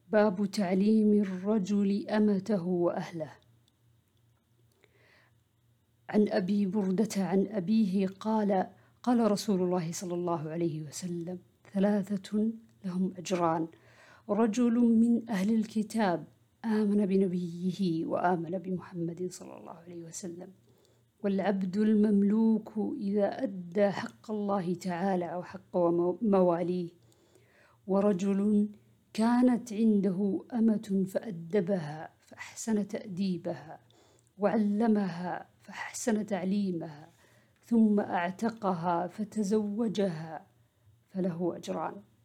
باب تعليم الرجل أمته وأهله. عن أبي بردة عن أبيه قال: قال رسول الله صلى الله عليه وسلم: ثلاثة لهم أجران: رجل من أهل الكتاب آمن بنبيه وآمن بمحمد صلى الله عليه وسلم، والعبد المملوك إذا أدى حق الله تعالى وحق مواليه، ورجل كانت عنده أمة فأدبها فأحسن تأديبها وعلمها فأحسن تعليمها ثم أعتقها فتزوجها فله أجران.